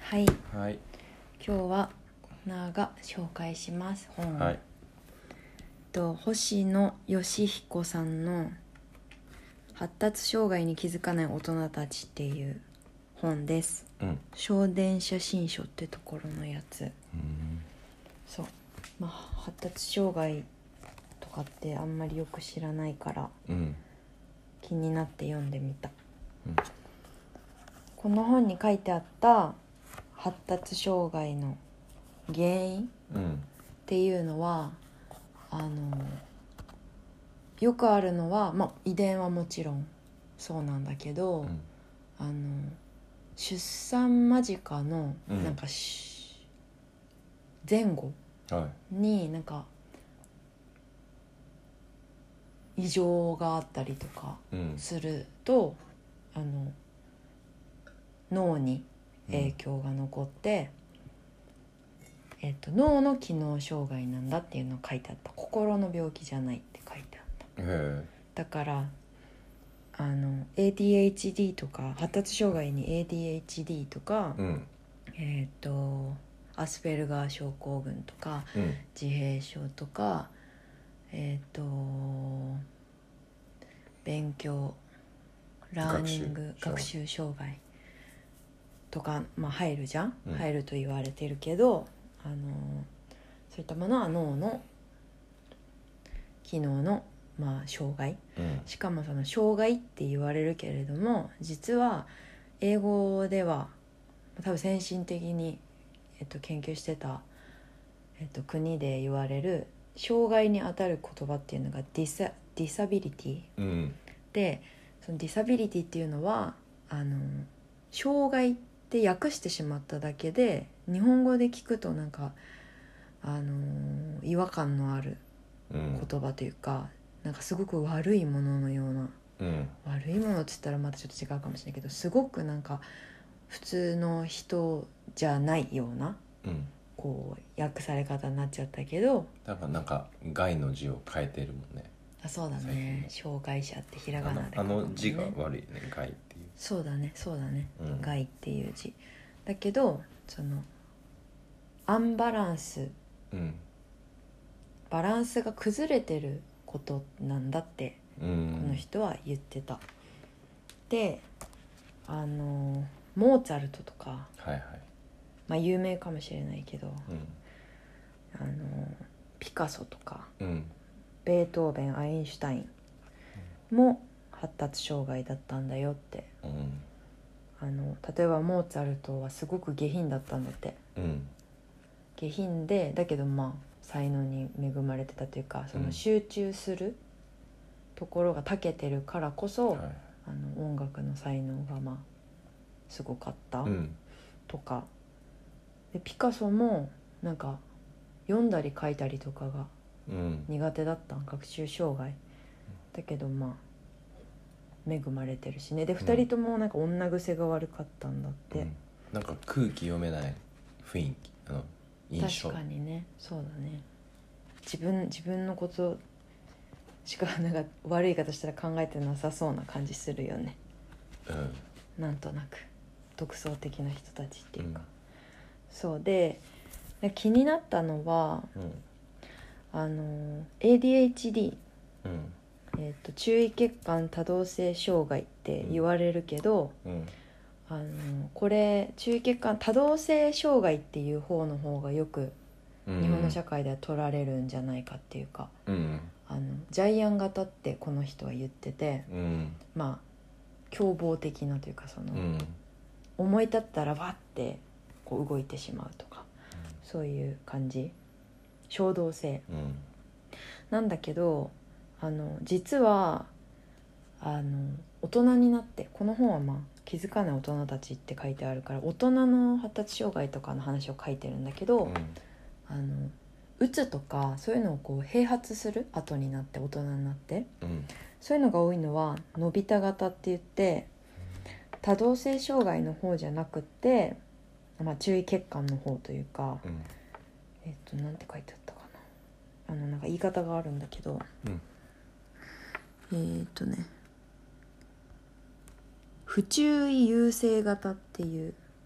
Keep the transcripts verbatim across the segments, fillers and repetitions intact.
はい、 はい、 今日はなあが紹介します本、 はい、 と星野義彦さんの発達障害に気づかない大人たちっていう本です。 うん、 小電写真書ってところのやつ。 うん、 そう、まあ発達障害とかってあんまりよく知らないからうん、 気になって読んでみた、 うん、 この本に書いてあった発達障害の原因うんっていうのはあのよくあるのは、まあ、遺伝はもちろんそうなんだけど、 うん、 あの出産間近のうんなんかし、前後はになんか異常があったりとかい、うん、 すると、あの脳に影響が残って、えっと、脳の機能障害なんだっていうのが書いてあった。心の病気じゃないって書いてあった。 へえ、 だからあの エーディーエイチディー とか発達障害に エーディーエイチディー とか、 うん、 えっとアスペルガー症候群とかうん、 自閉症とか、えっと勉強ラーニング学習障害とか、まあ、入るじゃん、 うん、 入ると言われてるけど、あのそういったものは脳の機能の、まあ、障害、 うん、 しかもその障害って言われるけれども、実は英語では多分先進的に、えっと、研究してた、えっと、国で言われる障害にあたる言葉っていうのがディサ、ディサビリティうん、 で、そのディサビリティっていうのはあの障害って訳してしまっただけで、日本語で聞くとなんかあの違和感のある言葉というか、なんかすごく悪いもののような、 うん、 悪いものって言ったらまたちょっと違うかもしれないけど、すごくなんか普通の人じゃないような、 うん、 こう訳され方になっちゃったけど、 だからなんか害の字を変えてるもんね。 あ、そうだ最近ね、 ね障害者ってひらがなで書くあの、 もんね。 あの字が悪いね、害っていう。 そうだね、そうだね、 うん害っていう字だけど、そのアンバランス、 うん、 バランスが崩れてることなんだってうん、 この人は言ってた。で、あのモーツァルトとか、 はいはい、 まあ有名かもしれないけど、 うん、 あのピカソとかうん、 ベートーベン、アインシュタインも発達障害だったんだよって。 うん、 あの例えばモーツァルトはすごく下品だったんだって。 うん、 下品で、だけどまあ才能に恵まれてたというか、その集中するところが長けてるからこそ、 はい、 あの音楽の才能がまあすごかったうんとか、でピカソもなんか読んだり書いたりとかがうん、 苦手だった、学習障害だけどまあ恵まれてるしね。で、 うんふたりともなんか女癖が悪かったんだって、 うん、なんか空気読めない雰囲気、あの印象。 確かにね、そうだね、自分自分のことしかなんか悪い言い方したら考えてなさそうな感じするよね、 うん、 なんとなく独創的な人たちっていうか、 うん、 そうで、で気になったのは、 うん、 あの エーディーエイチディー、 うんえー、と注意欠陥多動性障害って言われるけど、 うん、 あのこれ注意欠陥多動性障害っていう方の方がよく日本の社会では取られるんじゃないかっていうか、 うん、 あのジャイアン型ってこの人は言ってて、 うん、 まあ凶暴的なというか、その、 うん、 思い立ったらバッてこう動いてしまうとか、そういう感じ、衝動性うん、 なんだけど、あの実はあの大人になって、この本はまあ気づかない大人たちって書いてあるから、大人の発達障害とかの話を書いてるんだけど、 うん、 あのうつとかそういうのをこう併発する後になって、大人になってうん、 そういうのが多いのはのび太型って言って、多動性障害の方じゃなくて、まあ、注意欠陥の方というか、 うん、 えっとなんて書いてあったかな、あのなんか言い方があるんだけど、 うんえーっとね不注意優勢型っていう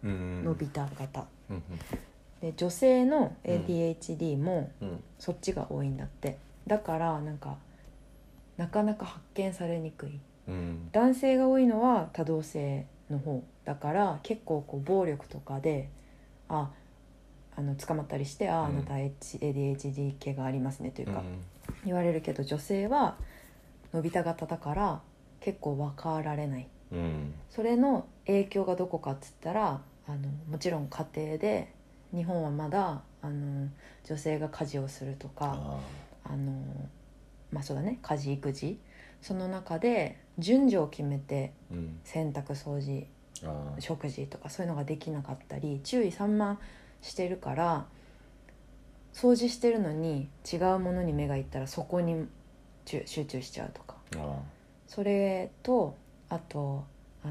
うん伸びた型うんで、女性の エーディーエイチディー もうんそっちが多いんだって。だからなんかなかなか発見されにくい。 うん男性が多いのは多動性の方だから、結構こう暴力とかでああの捕まったりして、あ、 うんあなた エーディーエイチディー 系がありますねというか、 うん言われるけど、女性はのび太型だから結構分かられない。 うんそれの影響がどこかっつったら、あのもちろん家庭で、日本はまだあの女性が家事をするとか、 ああのまあそうだね、家事育児、その中で順序を決めてーうん洗濯掃除あー食事とかそういうのができなかったり、注意散漫してるから、掃除してるのに違うものに目がいったらそこに集中しちゃうとか、 あそれとあとあの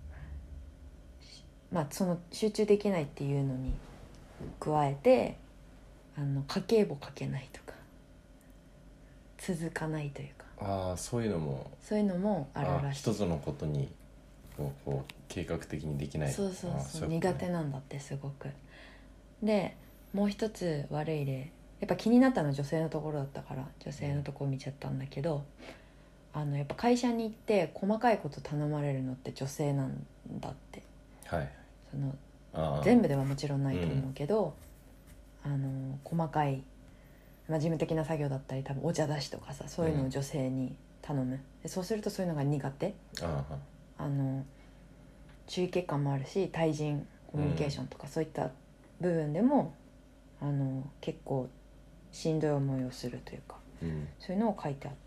まあその集中できないっていうのに加えて、あの家計簿かけないとか続かないというか、 あーそういうのもそういうのもあるらしい。 一つのことにこうこう計画的にできない。 そうそうあそう、 いことね苦手なんだってすごく。でもう一つ悪い例、やっぱ気になったのは女性のところだったから女性のところ見ちゃったんだけど、あのやっぱ会社に行って細かいこと頼まれるのって女性なんだって。 はいそのあー全部ではもちろんないと思うけど、あの細かい、まあ、事務的な作業だったり、多分お茶出しとかさ、そういうのを女性に頼む。でそうするとそういうのが苦手。 ああの注意欠陥もあるし、対人コミュニケーションとかそういった部分でも、あの結構しんどい思いをするというか、 ーうんそういうのを書いてあった。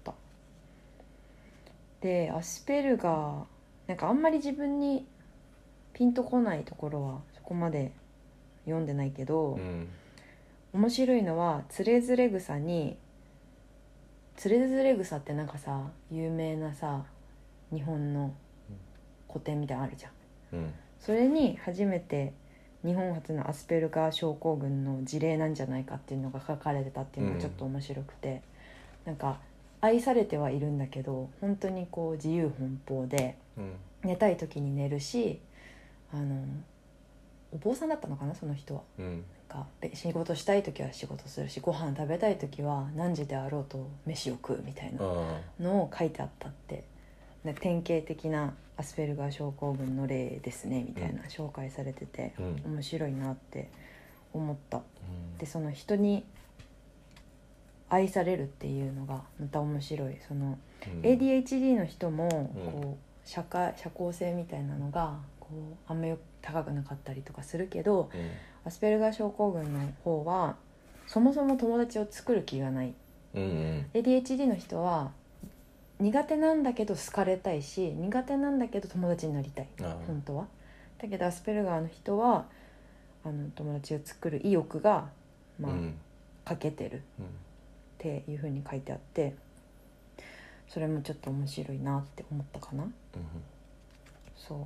でアスペルガー、なんかあんまり自分にピンとこないところはそこまで読んでないけど、 うん面白いのはつれづれ草に、つれづれ草ってなんかさ、有名なさ日本の古典みたいなのあるじゃん。 うんそれに初めて日本初のアスペルガー症候群の事例なんじゃないかっていうのが書かれてたっていうのがちょっと面白くて、なんか愛されてはいるんだけど、本当にこう自由奔放で、 うん寝たい時に寝るし、あのお坊さんだったのかなその人は。 うんなんかで仕事したい時は仕事するし、ご飯食べたい時は何時であろうと飯を食うみたいなあのを書いてあったって。で典型的なアスペルガー症候群の例ですねみたいな紹介されてて、 うん面白いなって思った。 うんでその人に愛されるっていうのがまた面白い。そのうんエーディーエイチディー の人もうんこう社会社交性みたいなのがこうあんまり高くなかったりとかするけど、 うんアスペルガー症候群の方はそもそも友達を作る気がない。 うんうんエーディーエイチディー の人は苦手なんだけど好かれたいし、苦手なんだけど友達になりたいあー本当は。だけどアスペルガーの人はあの友達を作る意欲がまあ、 うん欠けてるっていう風に書いてあって、それもちょっと面白いなって思ったかな。 うんそう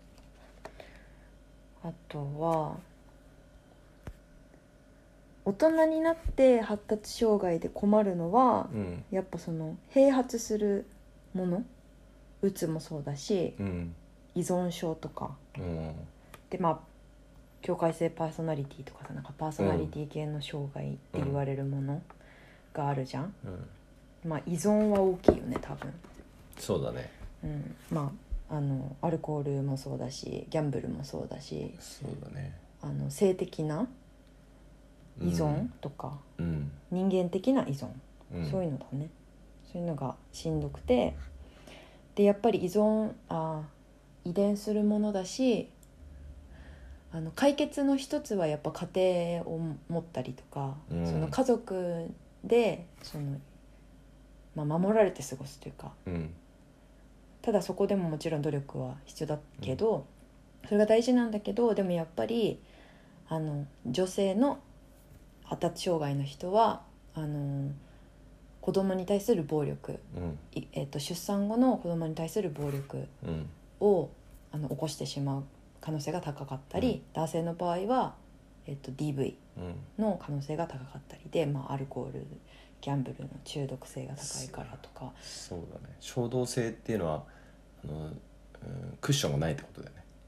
あとは大人になって発達障害で困るのは、 うんやっぱその併発するもの、うつもそうだしうん依存症とかうんで、まあ境界性パーソナリティとかさ、なんかパーソナリティ系の障害って言われるものがあるじゃん。 うんまあ依存は大きいよね多分。 そうだねうん、まああのアルコールもそうだしギャンブルもそうだし、 そうだねあの性的な依存とか、 うん人間的な依存、 うんそういうのだね。そういうのがしんどくて、でやっぱり依存あ遺伝するものだし、あの解決の一つはやっぱ家庭を持ったりとか、 うんその家族でその、まあ、守られて過ごすというか、 うんただそこでももちろん努力は必要だけど、それが大事なんだけど、でもやっぱりあの女性の発達障害の人はあの子供に対する暴力、 うんいえっと出産後の子供に対する暴力うんをあの起こしてしまう可能性が高かったり、 うん男性の場合は、えっと ディーブイうんの可能性が高かったりで、まあ、アルコールギャンブルの中毒性が高いからとか。 そうだね衝動性っていうのはあの、うん、クッションがないってことだよね。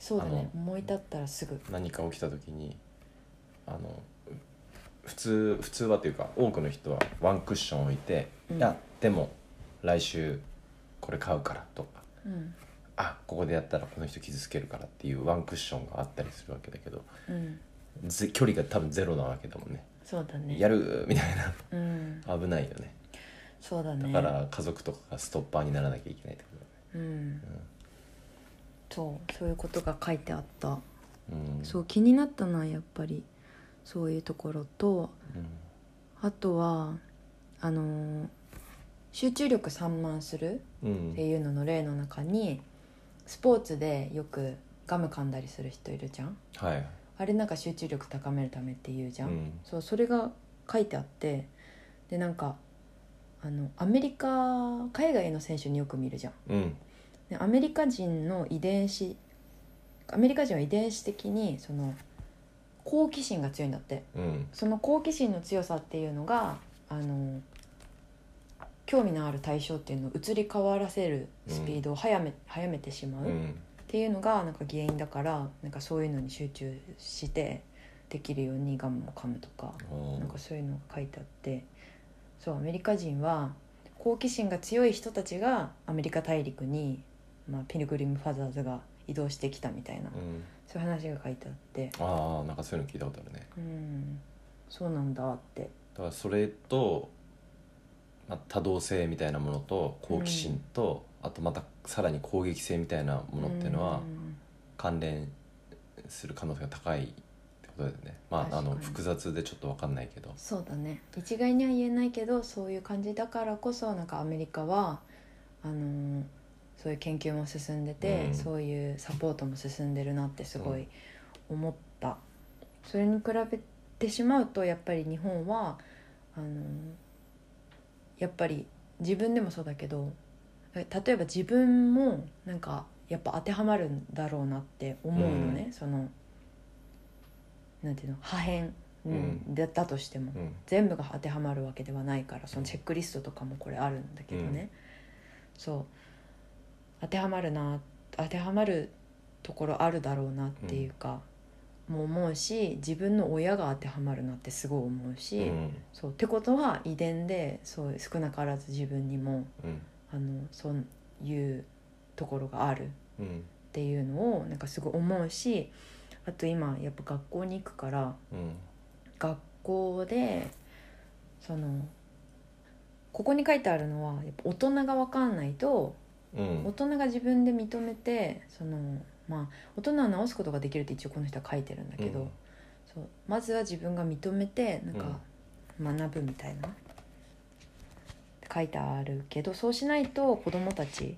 そうだね、 あの思い立ったらすぐ。 何か起きた時にあの普通普通はというか多くの人はワンクッション置いて、 うんいやでも来週これ買うからとか、 うんあここでやったらこの人傷つけるからっていうワンクッションがあったりするわけだけど、 うんぜ距離が多分ゼロなわけだもんね。 そうだね。 やるみたいなうん危ないよね。 そうだね。 だから家族とかがストッパーにならなきゃいけないってことだね。 うんそうそういうことが書いてあった。 うんそう気になったのはやっぱりそういうところと、 うんあとはあのー集中力散漫するうんっていうのの例の中に、スポーツでよくガム噛んだりする人いるじゃん。 はいあれなんか集中力高めるためって言うじゃん、 うんそうそれが書いてあって、でなんかあのアメリカ海外の選手によく見るじゃん。 うんでアメリカ人の遺伝子アメリカ人は遺伝子的にその好奇心が強いんだって。 うんその好奇心の強さっていうのがあの興味のある対象っていうのを移り変わらせるスピードを早め、早めてしまうっうんていうのがなんか原因だから、なんかそういうのに集中してできるようにガムを噛むとか、 おーなんかそういうのが書いてあって、そうアメリカ人は好奇心が強い人たちがアメリカ大陸に、まあ、ピルグリム・ファザーズが移動してきたみたいな、 うんそういう話が書いてあって、 ああなんかそういうの聞いたことあるね。 うんそうなんだって。 だからそれと、まあ、多動性みたいなものと好奇心と、あとまたさらに攻撃性みたいなものっていうのはうん関連する可能性が高いってことだよね。まああの確かに複雑でちょっと分かんないけど。 そうだね、一概には言えないけどそういう感じだからこそ、なんかアメリカはあのーそういう研究も進んでて、 うんそういうサポートも進んでるなってすごい思った、それに比べてしまうとやっぱり日本はあのーやっぱり自分でもそうだけど、例えば自分もなんかやっぱ当てはまるんだろうなって思うのね、 うんそのなんていうの破片、うんうんだったとしても、 うん全部が当てはまるわけではないから、そのチェックリストとかもこれあるんだけどね、そう当てはまるな当てはまるところあるだろうなっていうか、もう思うし、自分の親が当てはまるなってすごい思うし、 うんそうってことは遺伝でそう少なからず自分にもうんあのそういうところがあるっうんていうのをなんかすごい思うし、あと今やっぱ学校に行くからうん学校でそのここに書いてあるのはやっぱ大人が分かんないと、 うん大人が自分で認めてそのまあ大人は直すことができるって一応この人は書いてるんだけど、 うんそうまずは自分が認めてなんか学ぶみたいな、書いてあるけど、そうしないと子どもたち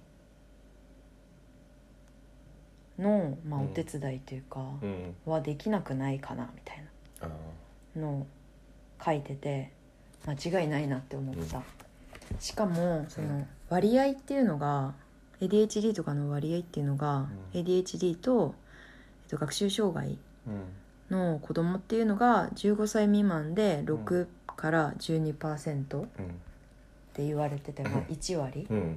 の、まあ、 うんお手伝いというか、 うんはできなくないかなみたいあなのを書いてて間違いないなって思った、しかもその割合っていうのが エーディーエイチディー とかの割合っていうのが、 うんエーディーエイチディー と、えっと、学習障害うんの子供っていうのがじゅうごさい未満でろくからじゅうにパーセントっうんて言われてて、まあ、いち割うん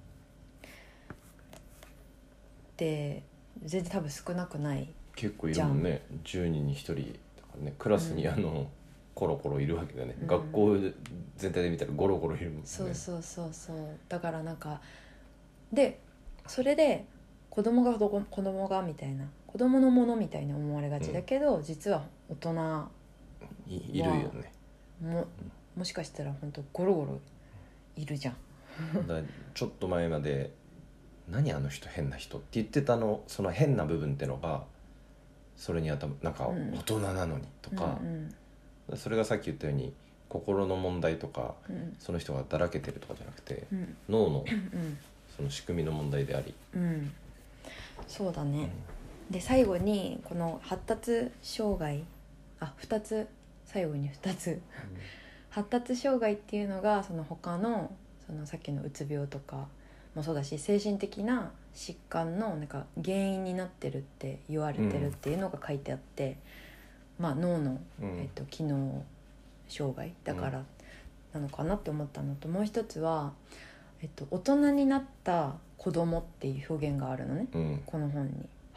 で全然多分少なくない。 結構いるもんね。じゅうにんにひとりとかね、クラスにあの、コロコロいるわけだね、 うん学校全体で見たらゴロゴロいるもんね。 そうそうそうそう、だからなんかでそれで子供が子供子供がみたいな子供のものみたいに思われがちだけど、うん、実は大人い, いるよね。 ももしかしたら本当ゴロゴロいるじゃんだちょっと前まで何あの人変な人って言ってたの、その変な部分ってのがそれにあたなんか大人なのにとか、 うんうん、 それがさっき言ったように心の問題とか、 うん、 その人がだらけてるとかじゃなくて、 うん、 脳のうんその仕組みの問題であり、 うん、そうだね、うん、で最後にこの発達障害あふたつ最後にふたつ、うん、発達障害っていうのがその他のそのさっきのうつ病とかもそうだし精神的な疾患のなんか原因になってるって言われてるっていうのが書いてあって、うん、まあ脳の、えっと、機能障害だからなのかなって思ったのと、もう一つは、えっと、大人になった子供っていう表現があるのね、 うん、 この本に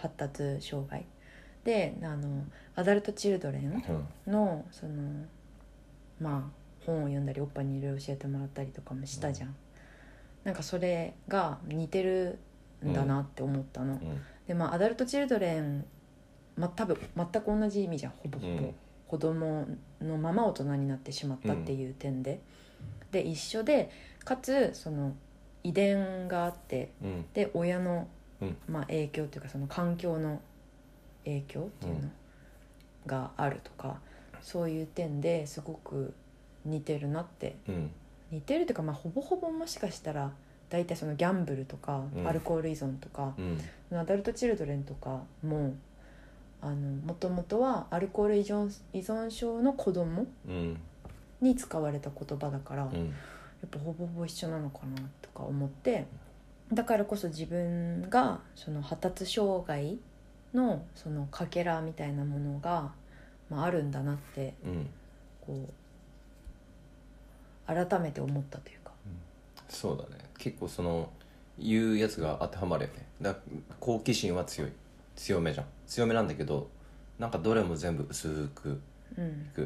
発達障害で、あのアダルトチルドレンのそのまあ本を読んだりおっぱいにいろいろ教えてもらったりとかもしたじゃん、うん、なんかそれが似てるんだなって思ったの、うん、でまあアダルトチルドレン、まあ、多分全く同じ意味じゃん、ほぼほぼ、うん、子供のまま大人になってしまったっていう点で、うん、で一緒で、かつその遺伝があって、うん、で親の、まあ、影響っていうかその環境の影響っていうのがあるとか、うん、そういう点ですごく似てるなって、うん、似てるっていうか、まあ、ほぼほぼもしかしたら大体そのギャンブルとか、うん、アルコール依存とか、うん、アダルトチルドレンとかもあのもともとはアルコール依存、依存症の子供に使われた言葉だから、うん、やっぱほぼほぼ一緒なのかなとか思って、だからこそ自分がその発達障害のそのかけらみたいなものが、まあ、あるんだなって、うん、こう改めて思ったというか、うん、 そうだね、結構その言うやつが当てはまるよね。だから好奇心は強い、強めじゃん、強めなんだけどなんかどれも全部薄くいく、うん、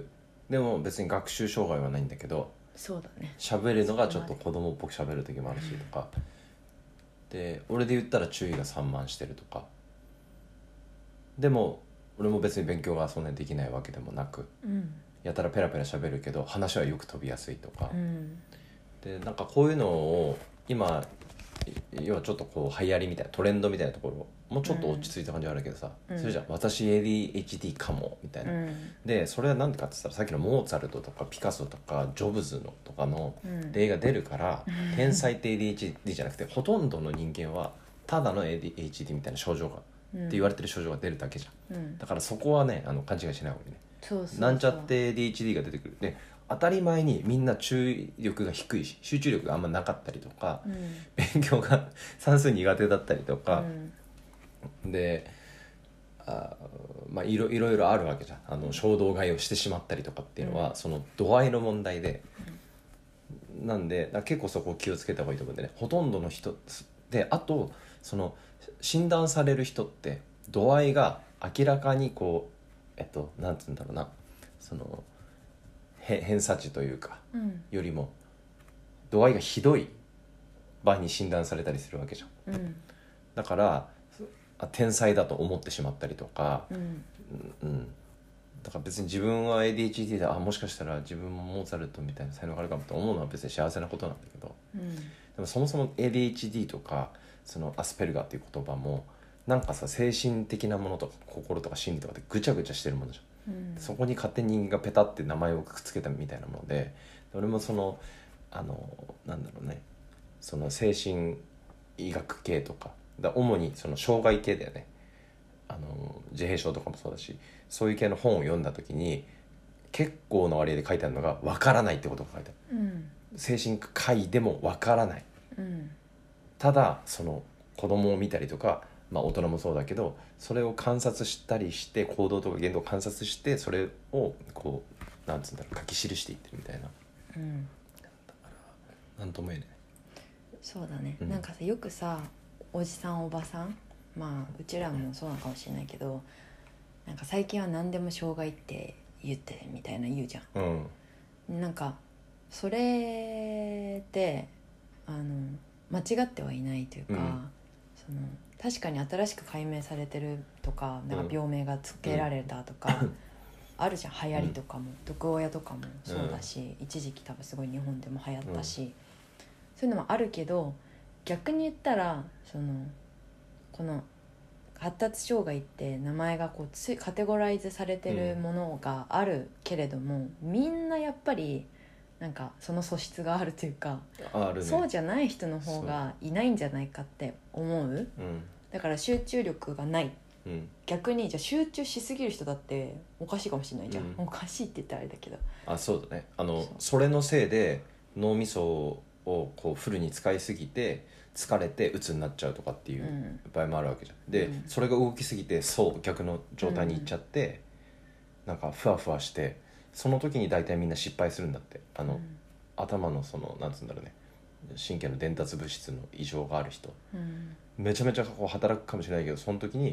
でも別に学習障害はないんだけど、 そうだね、 喋るのがちょっと子供っぽく喋る時もあるしとか、うん、で俺で言ったら注意が散漫してるとか、でも俺も別に勉強がそんなにできないわけでもなく、うん、やたらペラペラ喋るけど話はよく飛びやすいとか、うん、でなんかこういうのを今要はちょっとこう流行りみたいなトレンドみたいなところもうちょっと落ち着いた感じはあるけどさ、うん、それじゃ私 エーディーエイチディー かもみたいな、うん、でそれは何でかって言ったらさっきのモーツァルトとかピカソとかジョブズのとかの例が出るから、うん、天才って エーディーエイチディー じゃなくてほとんどの人間はただの エーディーエイチディー みたいな症状が、うん、って言われてる症状が出るだけじゃん、うん、だからそこはねあの勘違いしない方がいいね。 そうそうそう、 なんちゃって エーディーエイチディー が出てくるで当たり前にみんな注意力が低いし集中力があんまなかったりとか、うん、勉強が算数苦手だったりとか、うん、であ、まあ、いろいろいろあるわけじゃん。あの衝動買いをしてしまったりとかっていうのは、うん、その度合いの問題で、うん、なんで結構そこを気をつけた方がいいと思うんでね。ほとんどの人で、あとその診断される人って度合いが明らかにこうえっとなんつうんだろうな、その偏差値というか、うん、よりも度合いがひどい場に診断されたりするわけじゃん、うん、だから天才だと思ってしまったりとか、うんうん、だから別に自分は エーディーエイチディー であもしかしたら自分もモーツァルトみたいな才能があるかもと思うのは別に幸せなことなんだけど、うん、でもそもそも エーディーエイチディー とかそのアスペルガーっていう言葉もなんかさ精神的なものとか心とか心理とかでぐちゃぐちゃしてるものじゃん、うん、そこに勝手に人間がペタって名前をくっつけたみたいなもので、俺もそのあのなんだろうね、その精神医学系とかだ主にその障害系だよね、あの自閉症とかもそうだし、そういう系の本を読んだ時に結構な割合で書いてあるのが分からないってことが書いてある、うん、精神科医でも分からない、うん、ただその子供を見たりとか、まあ、大人もそうだけどそれを観察したりして行動とか言動を観察してそれをこうなんつうんだろう書き記していってるみたいな、うん、だからなんとも言えない。 そうだね、うん、なんかさよくさおじさんおばさん、まあうちらもそうなのかもしれないけど、なんか最近は何でも障害って言ってみたいな言うじゃん、うん、なんかそれってあの間違ってはいないというか、うん、その確かに新しく解明されてるとか、なんか病名がつけられたとか、うん、あるじゃん、流行りとかも、うん、毒親とかもそうだし、うん、一時期多分すごい日本でも流行ったし、うん、そういうのもあるけど、逆に言ったらそのこの発達障害って名前がこうつカテゴライズされてるものがあるけれども、うん、みんなやっぱりなんかその素質があるというか、あるね、そうじゃない人の方がいないんじゃないかって思う、うん、だから集中力がない、うん、逆にじゃあ集中しすぎる人だっておかしいかもしれないじゃん、うん、おかしいって言ったらあれだけど、 あそうだね、あの そ, それのせいで脳みそをこうフルに使いすぎて疲れて鬱になっちゃうとかっていう場合もあるわけじゃん、うん、で、うん、それが動きすぎてそう逆の状態にいっちゃって、うん、なんかふわふわしてその時に大体みんな失敗するんだって、あの、うん、頭のそのなんつうんだろうね、神経の伝達物質の異常がある人、うん、めちゃめちゃこう働くかもしれないけどその時に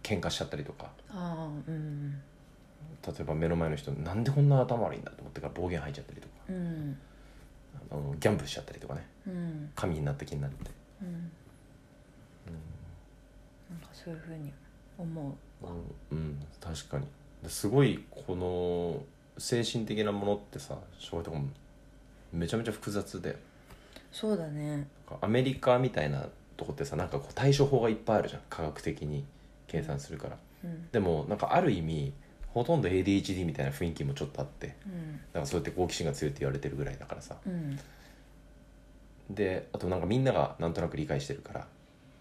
喧嘩しちゃったりとか、 あー、うん、 例えば目の前の人なんでこんな頭悪いんだと思ってから暴言吐いちゃったりとか、 うん、 あのギャンブルしちゃったりとかね、 うん、 神になった気になって、 うん、なんかそういうふうに思うわ。 うん、うん、確かにすごいこの精神的なものってさ、障害とかもめちゃめちゃ複雑で、 そうだね。 アメリカみたいなとこってさ、なんかこう対処法がいっぱいあるじゃん、科学的に計算するから、 うん、 でもなんかある意味ほとんど エーディーエイチディー みたいな雰囲気もちょっとあって、 うん、 だからそうやって好奇心が強いって言われてるぐらいだからさ、 うん、 であとなんかみんながなんとなく理解してるから、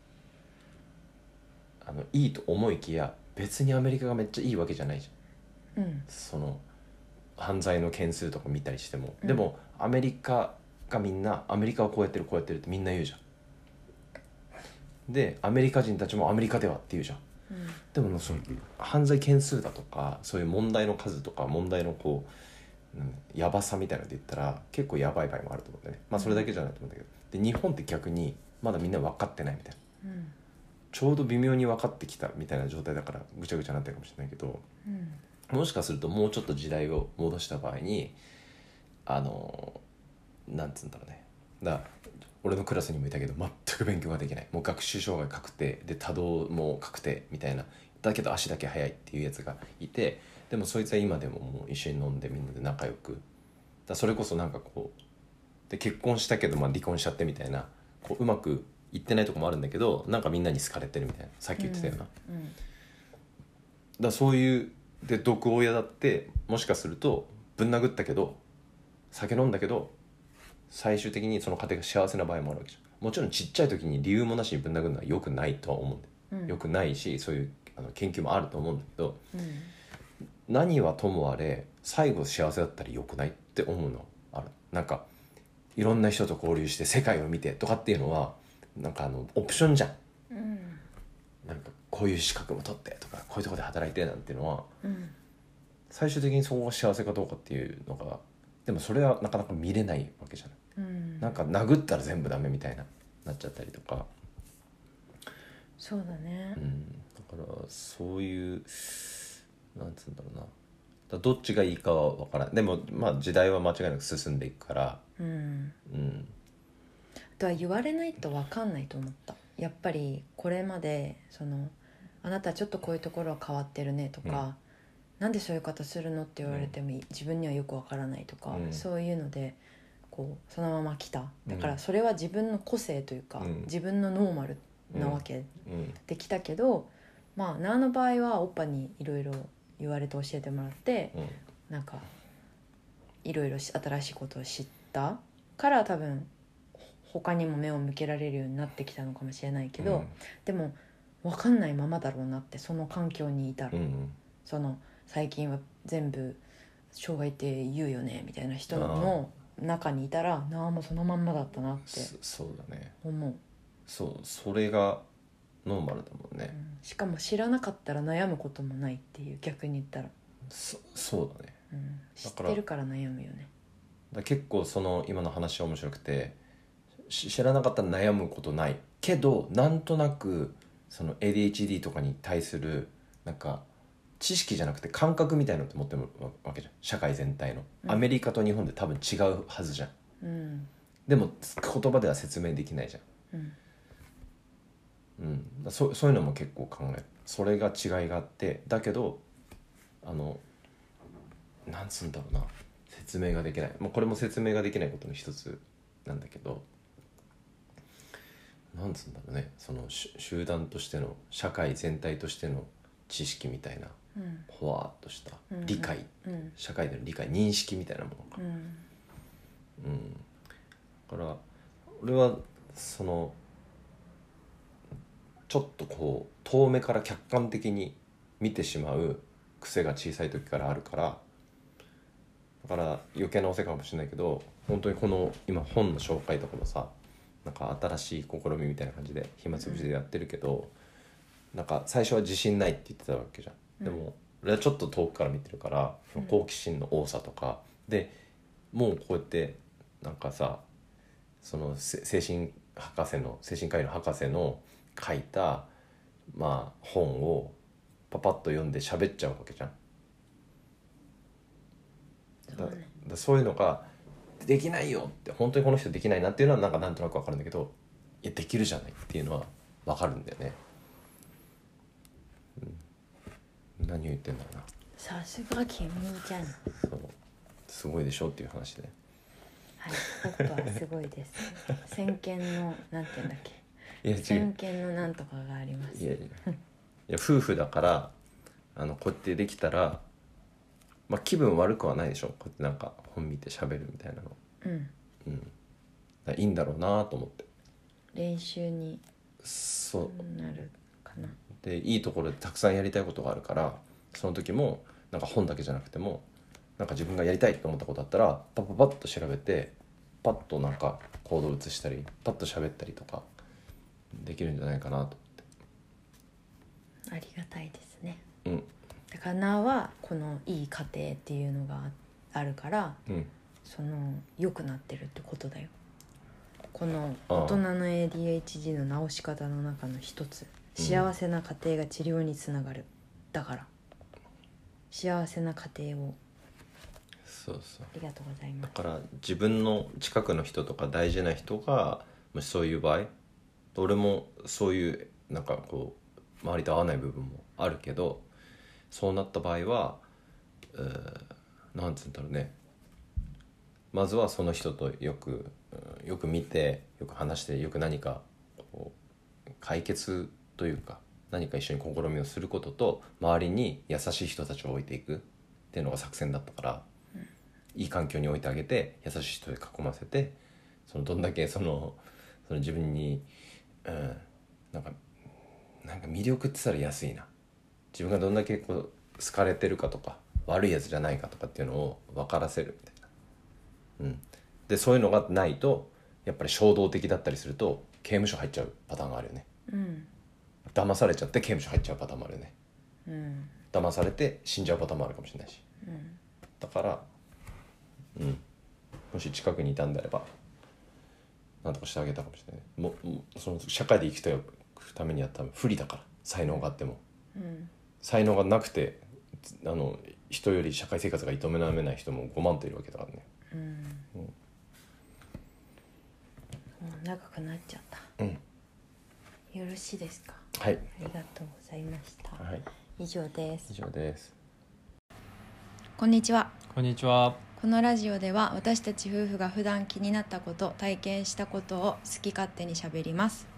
あのいいと思いきや別にアメリカがめっちゃいいわけじゃないじゃん、 うん、 その犯罪の件数とか見たりしても、 うん、 でもアメリカがみんなアメリカはこうやってるこうやってるってみんな言うじゃん。でアメリカ人たちもアメリカではって言うじゃん。 うん、 でもその犯罪件数だとかそういう問題の数とか問題のこう、うん、やばさみたいなので言ったら結構やばい場合もあると思うんだよね。まあそれだけじゃないと思うんだけど、で日本って逆にまだみんな分かってないみたいな、 うん、 ちょうど微妙に分かってきたみたいな状態だからぐちゃぐちゃになってるかもしれないけど、 うん、 もしかするともうちょっと時代を戻した場合にあのなんつうんだろうね、だから俺のクラスにもいたけど全く勉強ができない、もう学習障害確定で多動も確定みたいな、だけど足だけ速いっていうやつがいて、でもそいつは今でももう一緒に飲んでみんなで仲良く、だそれこそなんかこうで結婚したけどまあ離婚しちゃってみたいな、こううまくいってないとこもあるんだけどなんかみんなに好かれてるみたいな、さっき言ってたような、 うん、うん、 だからそういうで毒親だってもしかするとぶん殴ったけど酒飲んだけど最終的にその家庭が幸せな場合もあるわけじゃん。もちろんちっちゃい時に理由もなしにぶん殴るのは良くないとは思うんだよ、 うん、 良くないしそういうあの研究もあると思うんだけど、 うん、 何はともあれ最後幸せだったら良くないって思うのある。なんかいろんな人と交流して世界を見てとかっていうのはなんかあのオプションじゃん、 うん、 なんかこういう資格も取ってとかこういうとこで働いてなんていうのはうん、 最終的にそこが幸せかどうかっていうのが、でもそれはなかなか見れないわけじゃない、 うん、 なんか殴ったら全部ダメみたいななっちゃったりとか、 そうだね、 うん、だからそういうなんつうんだろうな、だからどっちがいいかは分からない。でもまあ時代は間違いなく進んでいくから、 うん、 うん、 あとは言われないと分かんないと思った。やっぱりこれまでそのあなたちょっとこういうところは変わってるねとか、うん、なんでそういう方するのって言われても、うん、自分にはよく分からないとか、うん、そういうのでこうそのまま来た。だからそれは自分の個性というか、うん、自分のノーマルなわけできたけど、まあなあの場合はオッパにいろいろ言われて教えてもらって、うん、なんかいろいろ新しいことを知ったから多分他にも目を向けられるようになってきたのかもしれないけど、うん、でも分かんないままだろうなって、その環境にいたら、うん、その最近は全部障害って言うよねみたいな人の中にいたら、なあもうそのまんまだったなってそうだね思う。 そうそれがノーマルだもんね、 うん、しかも知らなかったら悩むこともないっていう、逆に言ったらそ, そうだね、 うん、知ってるから悩むよね。 だ結構その今の話は面白くて、知らなかったら悩むことないけどなんとなくその エーディーエイチディー とかに対するなんか知識じゃなくて感覚みたいなのって持ってるわけじゃん、社会全体の、うん、アメリカと日本で多分違うはずじゃん、うん、でも言葉では説明できないじゃん、うんうん、そ, そういうのも結構考える。それが違いがあって、だけどあのなんつうんだろうな、説明ができない、もうこれも説明ができないことの一つなんだけど、なんつうんだろうね、その集団としての社会全体としての知識みたいな、うん、ほわっとした理解、うんうん、社会での理解認識みたいなものか、うんうん、だから俺はそのちょっとこう遠目から客観的に見てしまう癖が小さい時からあるから、だから余計なおせかもしれないけど、本当にこの今本の紹介とかもさ、なんか新しい試みみたいな感じで暇つぶしでやってるけど、うん、なんか最初は自信ないって言ってたわけじゃん、うん、でも俺はちょっと遠くから見てるから、うん、好奇心の多さとかでもうこうやってなんかさ、その精神博士の精神科医の博士の書いたまあ本をパパッと読んで喋っちゃうわけじゃん。だそうね、 だそういうのができないよって本当にこの人できないなっていうのはなんかなんとなく分かるんだけど、いやできるじゃないっていうのは分かるんだよね、うん、何を言ってんだろうな。 さすがケミちゃん。 そうすごいでしょっていう話で、 はい、僕はすごいです先見のなんて言うんだっけ、 いや違う先見のなんとかがあります。 いやいやいや夫婦だからあのこうやってできたら、まあ、気分悪くはないでしょ、こうやってなんか本見て喋るみたいなの、 うんうん、だからいいんだろうなと思って。 練習にそうなるかな。 でいいところでたくさんやりたいことがあるから、その時もなんか本だけじゃなくてもなんか自分がやりたいと思ったことあったらパッパッパッと調べてパッとなんか行動を移したりパッと喋ったりとかできるんじゃないかなと思って。 ありがたいですね。 うん、 だからなはこのいい家庭っていうのがあるから、 うん、 その良くなってるってことだよ。この大人の エーディーエイチディー の治し方の中の一つ、幸せな家庭が治療につながる。だから幸せな家庭を。 そうそう、 ありがとうございます。 だから自分の近くの人とか大事な人がもしそういう場合、俺もそういうなんかこう周りと合わない部分もあるけど、そうなった場合は、えー、なんつうんだろうね、まずはその人とよくよく見てよく話してよく何かこう解決というか何か一緒に試みをすることと、周りに優しい人たちを置いていくっていうのが作戦だったから、うん、いい環境に置いてあげて優しい人で囲ませて、そのどんだけそのその自分に、うん、なんかなんか魅力って言ったら安いな、自分がどんだけこう好かれてるかとか悪いやつじゃないかとかっていうのを分からせるみたいな、うん、でそういうのがないとやっぱり衝動的だったりすると刑務所入っちゃうパターンがあるよね、うん、騙されちゃって刑務所入っちゃうパターンもあるよね、うん、騙されて死んじゃうパターンもあるかもしれないし、うん、だから、うん、もし近くにいたんであればなんとかしてあげたかもしれない。もうその社会で生きていくためには多分不利だから、才能があっても、うん、才能がなくてあの人より社会生活が営めない人もごまんといるわけだからね、うんうん、もう長くなっちゃった、うん、よろしいですか。 はい、 ありがとうございました、はい、以上です。 以上です。 こんにちは。 こんにちは。 このラジオでは私たち夫婦が普段気になったこと、体験したことを好き勝手にしゃべります。